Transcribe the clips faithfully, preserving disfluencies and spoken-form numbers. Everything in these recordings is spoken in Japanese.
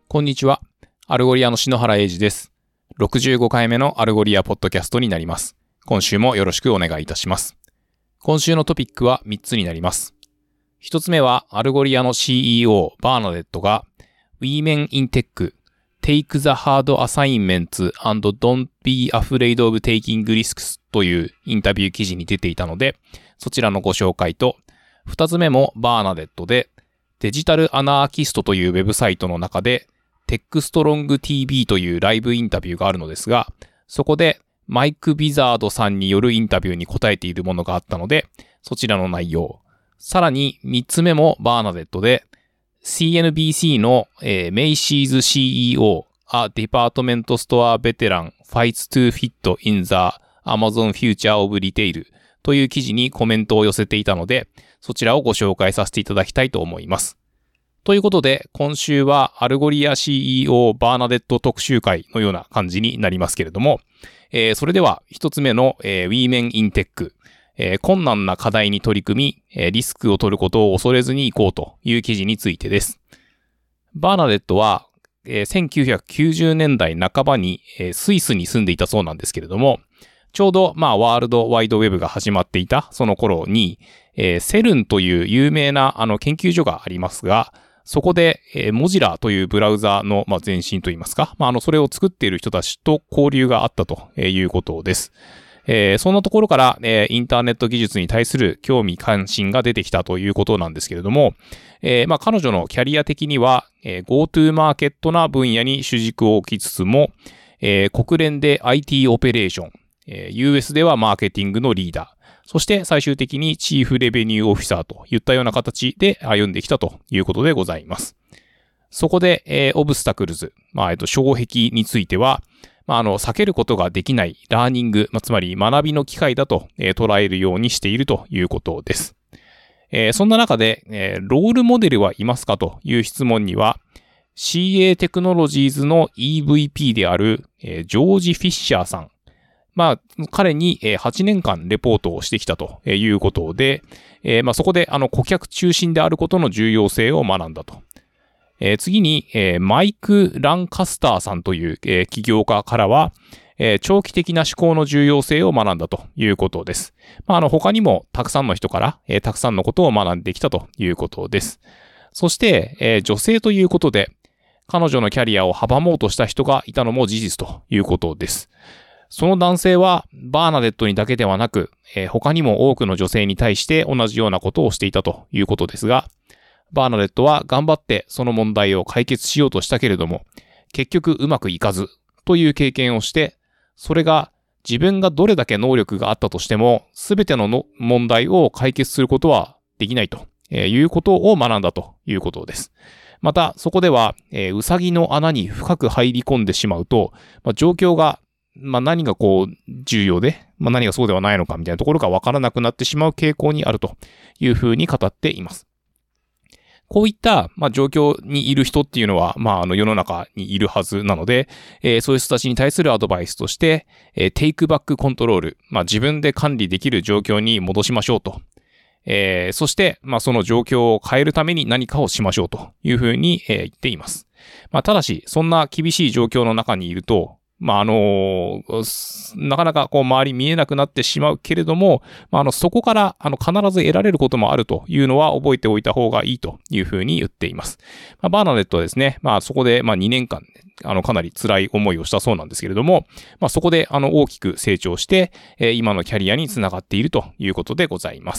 こんにちは。アルゴリアの篠原英二です。ろくじゅうごかいめのアルゴリアポッドキャストになります。今週もよろしくお願いいたします。今週のトピックはみっつになります。ひとつめはアルゴリアの シーイーオー バーナデットが Women in Tech Take the Hard Assignments and Don't be afraid of taking risks というインタビュー記事に出ていたので、そちらのご紹介と、ふたつめもバーナデットでデジタルアナーキストというウェブサイトの中でテックストロング ティービー というライブインタビューがあるのですが、そこでマイク・ビザードさんによるインタビューに答えているものがあったので、そちらの内容。さらにみっつめもバーナデットで シーエヌビーシー の、えー、メイシーズ シーイーオー A Department Store Veteran Fights to Fit in the Amazon Future of Retail という記事にコメントを寄せていたので、そちらをご紹介させていただきたいと思います。ということで、今週はアルゴリア シーイーオー バーナデット特集会のような感じになりますけれども、えー、それでは一つ目の、えー、Women in Tech、えー、困難な課題に取り組み、えー、リスクを取ることを恐れずに行こうという記事についてです。バーナデットは、えー、せんきゅうひゃくきゅうじゅうねんだいなかばに、えー、スイスに住んでいたそうなんですけれども、ちょうど、まあ、ワールドワイドウェブが始まっていたその頃に、えー、セルンという有名なあの研究所がありますが、そこで、えー、モジラというブラウザの、まあ、前身といいますか、まあ、あの、それを作っている人たちと交流があったということです。えー、そんなところから、えー、インターネット技術に対する興味関心が出てきたということなんですけれども、えー、まあ、彼女のキャリア的には、えー、GoTo マーケットな分野に主軸を置きつつも、えー、国連で アイティー オペレーション、えー、ユーエス ではマーケティングのリーダー、そして最終的にチーフレベニューオフィサーといったような形で歩んできたということでございます。そこで、えー、オブスタクルズ、まあ、えっと、障壁については、まあ、あの、避けることができないラーニング、まあ、つまり学びの機会だと、えー、捉えるようにしているということです。えー、そんな中で、えー、ロールモデルはいますかという質問には、シーエー テクノロジーズの イーブイピー である、えー、ジョージ・フィッシャーさん、まあ、彼にはちねんかんレポートをしてきたということで、えー、まあそこであの顧客中心であることの重要性を学んだと。えー、次に、えー、マイク・ランカスターさんという、えー、起業家からは、えー、長期的な思考の重要性を学んだということです。まあ、あの他にもたくさんの人から、えー、たくさんのことを学んできたということです。そして、えー、女性ということで、彼女のキャリアを阻もうとした人がいたのも事実ということです。その男性はバーナデットにだけではなく、えー、他にも多くの女性に対して同じようなことをしていたということですが、バーナデットは頑張ってその問題を解決しようとしたけれども、結局うまくいかずという経験をして、それが自分がどれだけ能力があったとしても、すべてのの問題を解決することはできないということを学んだということです。また、そこでは、えー、ウサギの穴に深く入り込んでしまうと、まあ、状況がまあ何がこう重要で、まあ何がそうではないのかみたいなところがわからなくなってしまう傾向にあるというふうに語っています。こういったまあ状況にいる人っていうのはまああの世の中にいるはずなので、えー、そういう人たちに対するアドバイスとして、えー、テイクバックコントロール、まあ自分で管理できる状況に戻しましょうと。えー、そしてまあその状況を変えるために何かをしましょうというふうに、えー、言っています。まあただしそんな厳しい状況の中にいると、まあ、あの、なかなかこう周り見えなくなってしまうけれども、まあ、あの、そこからあの必ず得られることもあるというのは覚えておいた方がいいというふうに言っています。まあ、バーナデットはですね、まあ、そこでまあにねんかん、あの、かなり辛い思いをしたそうなんですけれども、まあ、そこであの大きく成長して、えー、今のキャリアにつながっているということでございます。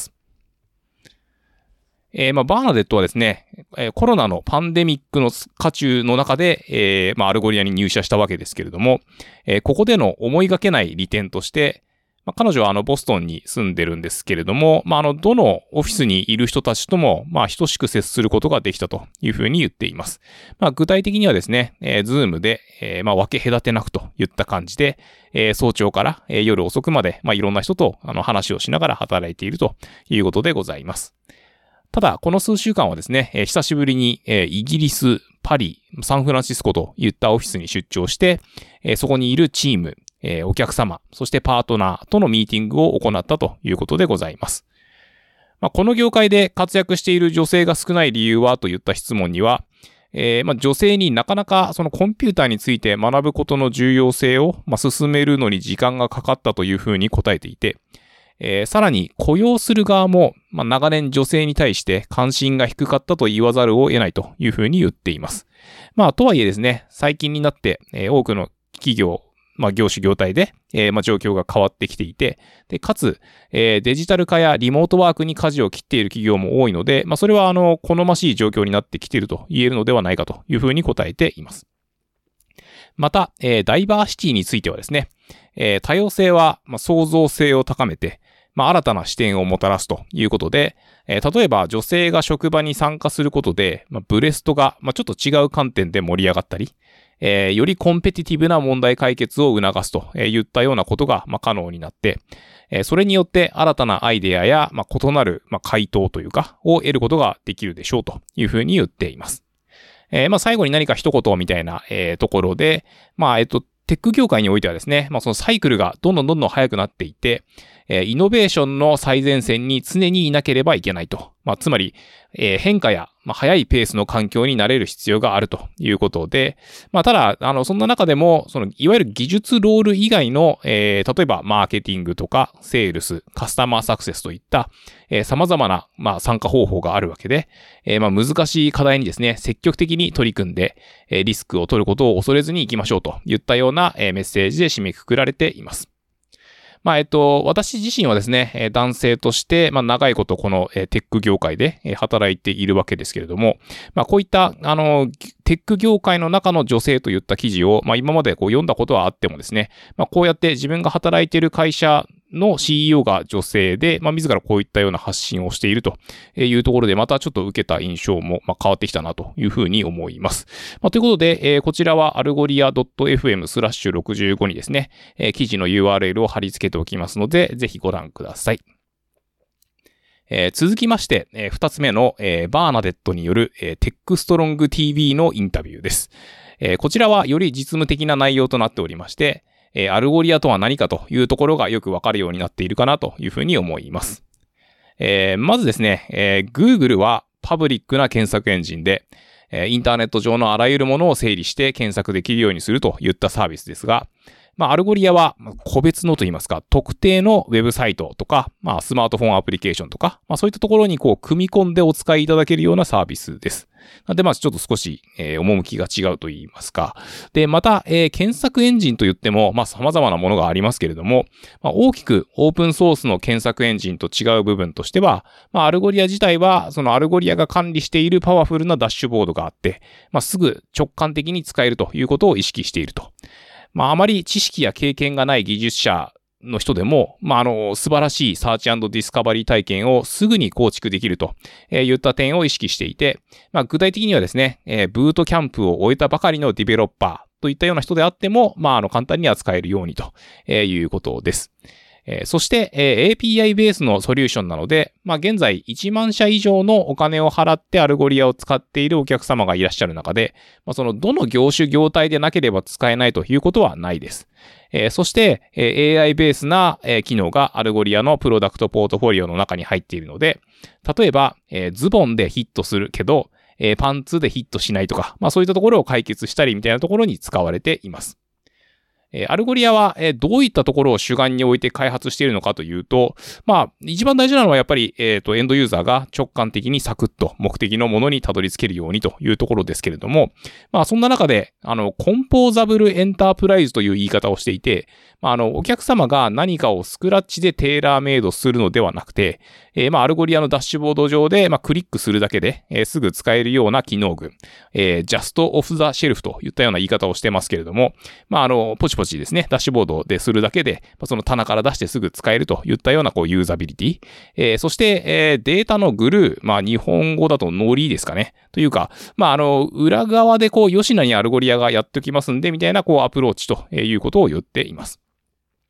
えー、まあ、バーナデットはですね、えー、コロナのパンデミックの渦中の中で、えー、まあ、アルゴリアに入社したわけですけれども、えー、ここでの思いがけない利点として、まあ、彼女はあの、ボストンに住んでるんですけれども、まあ、あの、どのオフィスにいる人たちとも、まあ、等しく接することができたというふうに言っています。まあ、具体的にはですね、えー、ズームで、えー、まあ、分け隔てなくといった感じで、えー、早朝から、えー、夜遅くまで、まあ、いろんな人とあの話をしながら働いているということでございます。ただ、この数週間はですね、えー、久しぶりに、えー、イギリス、パリ、サンフランシスコといったオフィスに出張して、えー、そこにいるチーム、えー、お客様、そしてパートナーとのミーティングを行ったということでございます。まあ、この業界で活躍している女性が少ない理由はといった質問には、 えー、まあ、女性になかなかそのコンピューターについて学ぶことの重要性を、まあ、進めるのに時間がかかったというふうに答えていて、えー、さらに雇用する側も、まあ、長年女性に対して関心が低かったと言わざるを得ないというふうに言っています。まあ、とはいえですね、最近になって、えー、多くの企業、まあ、業種業態で、えー、まあ、状況が変わってきていて、で、かつ、えー、デジタル化やリモートワークに舵を切っている企業も多いので、まあ、それは、あの、好ましい状況になってきていると言えるのではないかというふうに答えています。また、えー、ダイバーシティについてはですね、えー、多様性は、まあ、創造性を高めて、まあ、新たな視点をもたらすということで、えー、例えば女性が職場に参加することで、まあ、ブレストが、まあ、ちょっと違う観点で盛り上がったり、えー、よりコンペティティブな問題解決を促すといったようなことが、まあ、可能になって、えー、それによって新たなアイデアや、まあ、異なる、まあ、回答というか、を得ることができるでしょうというふうに言っています。えー、まあ、最後に何か一言みたいな、えー、ところで、まあ、えっと、テック業界においてはですね、まあそのサイクルがどんどんどんどん速くなっていて、えー、イノベーションの最前線に常にいなければいけないと。まあつまり、えー、変化や、まあ、速いペースの環境に慣れる必要があるということで、まあただ、あの、そんな中でも、その、いわゆる技術ロール以外の、えー、例えばマーケティングとか、セールス、カスタマーサクセスといった、えー、様々な、まあ参加方法があるわけで、えー、まあ難しい課題にですね、積極的に取り組んで、えー、リスクを取ることを恐れずに行きましょうといったような、えー、メッセージで締めくくられています。まあ、えっと、私自身はですね、男性として、まあ、長いことこのテック業界で働いているわけですけれども、まあ、こういった、あの、テック業界の中の女性といった記事を、まあ、今までこう読んだことはあってもですね、まあ、こうやって自分が働いている会社の シーイーオー が女性で、まあ、自らこういったような発信をしているというところで、またちょっと受けた印象も、まあ、変わってきたなというふうに思います。まあ、ということで、えー、こちらはアルゴリア .fm スラッシュろくじゅうごにですね、えー、記事の ユーアールエル を貼り付けておきますので、ぜひご覧ください。えー、続きまして、えー、二つ目の、えー、バーナデットによる、えー、テックストロング ティーブイ のインタビューです。えー、こちらはより実務的な内容となっておりまして、えー、アルゴリアとは何かというところがよくわかるようになっているかなというふうに思います。えー、まずですね、えー、Google はパブリックな検索エンジンで、えー、インターネット上のあらゆるものを整理して検索できるようにするといったサービスですが、まあ、アルゴリアは個別のといいますか、特定のウェブサイトとか、まあ、スマートフォンアプリケーションとか、まあ、そういったところにこう、組み込んでお使いいただけるようなサービスです。なんで、まあ、ちょっと少し、えー、趣が違うと言いますか。で、また、えー、検索エンジンと言っても、まあ、様々なものがありますけれども、まあ、大きくオープンソースの検索エンジンと違う部分としては、まあ、アルゴリア自体は、そのアルゴリアが管理しているパワフルなダッシュボードがあって、まあ、すぐ直感的に使えるということを意識していると。まあ、あまり知識や経験がない技術者の人でも、まあ、あの、素晴らしいサーチ&ディスカバリー体験をすぐに構築できるといった点を意識していて、まあ、具体的にはですね、えー、ブートキャンプを終えたばかりのディベロッパーといったような人であっても、まあ、あの、簡単に扱えるようにということです。えー、そして、えー、エーピーアイ ベースのソリューションなので、まあ、現在いちまん社以上のお金を払ってアルゴリアを使っているお客様がいらっしゃる中で、まあ、そのどの業種業態でなければ使えないということはないです。えー、そして、えー、エーアイ ベースな、えー、機能がアルゴリアのプロダクトポートフォリオの中に入っているので、例えば、えー、ズボンでヒットするけど、えー、パンツでヒットしないとか、まあ、そういったところを解決したりみたいなところに使われています。アルゴリアはどういったところを主眼に置いて開発しているのかというと、まあ、一番大事なのはやっぱり、えっと、エンドユーザーが直感的にサクッと目的のものにたどり着けるようにというところですけれども、まあ、そんな中で、あの、コンポーザブルエンタープライズという言い方をしていて、まあ、あの、お客様が何かをスクラッチでテーラーメイドするのではなくて、えー、まあ、アルゴリアのダッシュボード上で、まあ、クリックするだけで、えー、すぐ使えるような機能群、えー、just off the shelf といったような言い方をしてますけれども、まあ、あの、ポチポチですね、ダッシュボードでするだけで、その棚から出してすぐ使えるといったようなこうユーザビリティ。えー、そして、えー、データのグルー、まあ日本語だとノリですかね。というか、まああの、裏側でこう、吉名にアルゴリアがやっておきますんで、みたいなこうアプローチということを言っています。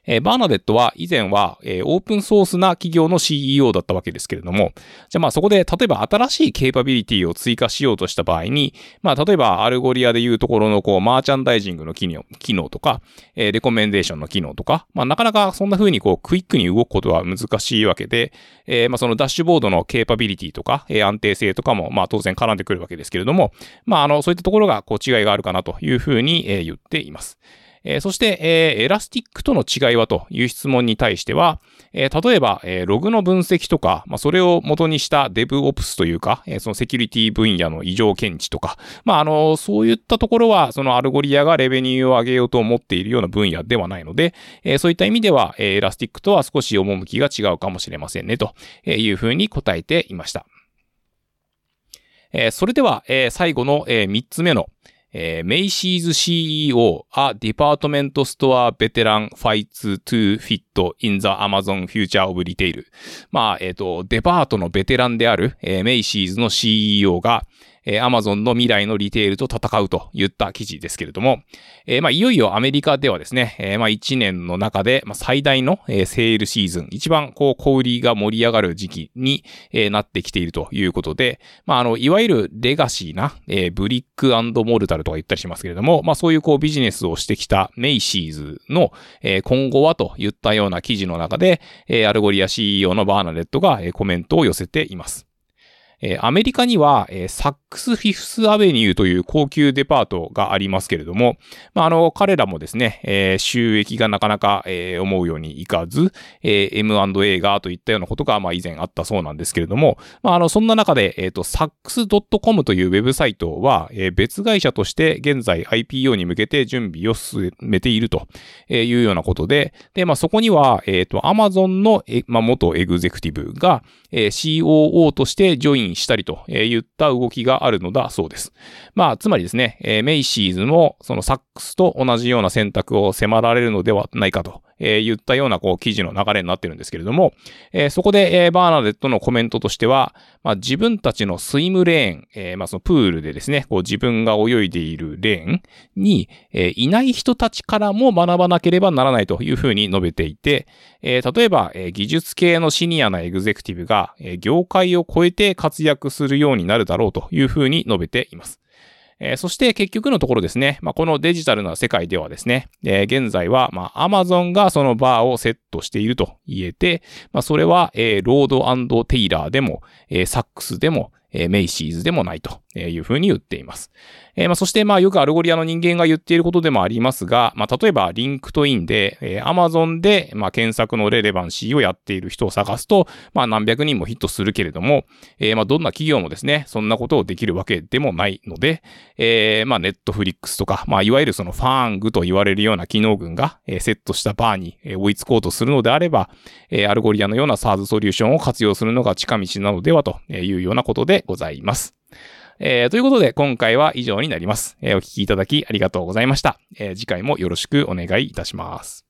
えー、バーナデットは以前は、えー、オープンソースな企業の シーイーオー だったわけですけれども、じゃあまあそこで例えば新しいケーパビリティを追加しようとした場合に、まあ例えばアルゴリアでいうところのこうマーチャンダイジングの機能、機能とか、えー、レコメンデーションの機能とか、まあなかなかそんな風にこうクイックに動くことは難しいわけで、えー、まあそのダッシュボードのケーパビリティとか、えー、安定性とかもまあ当然絡んでくるわけですけれども、まああのそういったところがこう違いがあるかなという風に、えー、言っています。えー、そして、えー、エラスティックとの違いはという質問に対しては、えー、例えば、えー、ログの分析とか、まあ、それを元にした DevOps というか、えー、そのセキュリティ分野の異常検知とか、まあ、あの、そういったところは、そのアルゴリアがレベニューを上げようと思っているような分野ではないので、えー、そういった意味では、えー、エラスティックとは少し趣が違うかもしれませんね、というふうに答えていました。えー、それでは、えー、最後の、えー、みっつめの、えー、Macy's シーイーオー A Department Store Veteran Fights to Fit in the Amazon Future of Retail。まあ、えっと、デパートのベテランである、えー、Macy's の シーイーオー が、えー、Amazon の未来のリテールと戦うといった記事ですけれども、えー、まあ、いよいよアメリカではですね、えー、まあ、いちねんの中で、まあ、最大の、えー、セールシーズン、一番こう、小売りが盛り上がる時期に、えー、なってきているということで、まあ、あの、いわゆるレガシーな、えー、ブリック&モルタルとか言ったりしますけれども、まあ、そういうこう、ビジネスをしてきたメイシーズの、えー、今後はといったような記事の中で、えー、アルゴリア シーイーオー のバーナデットが、えー、コメントを寄せています。えー、アメリカには、えー、サックスフィフスアベニューという高級デパートがありますけれども、まあ、あの、彼らもですね、えー、収益がなかなか、えー、思うようにいかず、えー、エムアンドエー がといったようなことが、まあ、以前あったそうなんですけれども、まあ、あの、そんな中で、えっと、サックスドットコム というウェブサイトは、えー、別会社として現在 アイピーオー に向けて準備を進めているというようなことで、で、まあ、そこには、えっと、Amazon の、えまあ、元エグゼクティブが、えー、シーオーオー としてジョインしたりといった動きがあるのだそうです。まあ、つまりですね、えー、メイシーズもそのサックスと同じような選択を迫られるのではないかと。えー、言ったようなこう記事の流れになってるんですけれども、えー、そこで、えー、バーナデットのコメントとしては、まあ、自分たちのスイムレーン、えー、まあそのプールでですね、こう自分が泳いでいるレーンに、えー、いない人たちからも学ばなければならないというふうに述べていて、えー、例えば、えー、技術系のシニアなエグゼクティブが、えー、業界を超えて活躍するようになるだろうというふうに述べています。えー、そして結局のところですね、まあ、このデジタルな世界ではですね、えー、現在は、まあ、Amazon がそのバーをセットしていると言えて、まあ、それは、えー、ロード&テイラーでも、えー、サックスでも、えー、メイシーズでもないというふうに言っています。えー、まあそしてまあよくアルゴリアの人間が言っていることでもありますが、まあ例えばリンクトインで、えー、Amazon でまあ検索のレレバンシーをやっている人を探すと、まあ何百人もヒットするけれども、えー、まあどんな企業もですね、そんなことをできるわけでもないので、えー、まあ Netflix とか、まあいわゆるそのファングと言われるような機能群が、えー、セットしたバーに追いつこうとするのであれば、えー、アルゴリアのような SaaS ソリューションを活用するのが近道なのではというようなことでございます。えー、ということで今回は以上になります。えー、お聞きいただきありがとうございました。えー、次回もよろしくお願いいたします。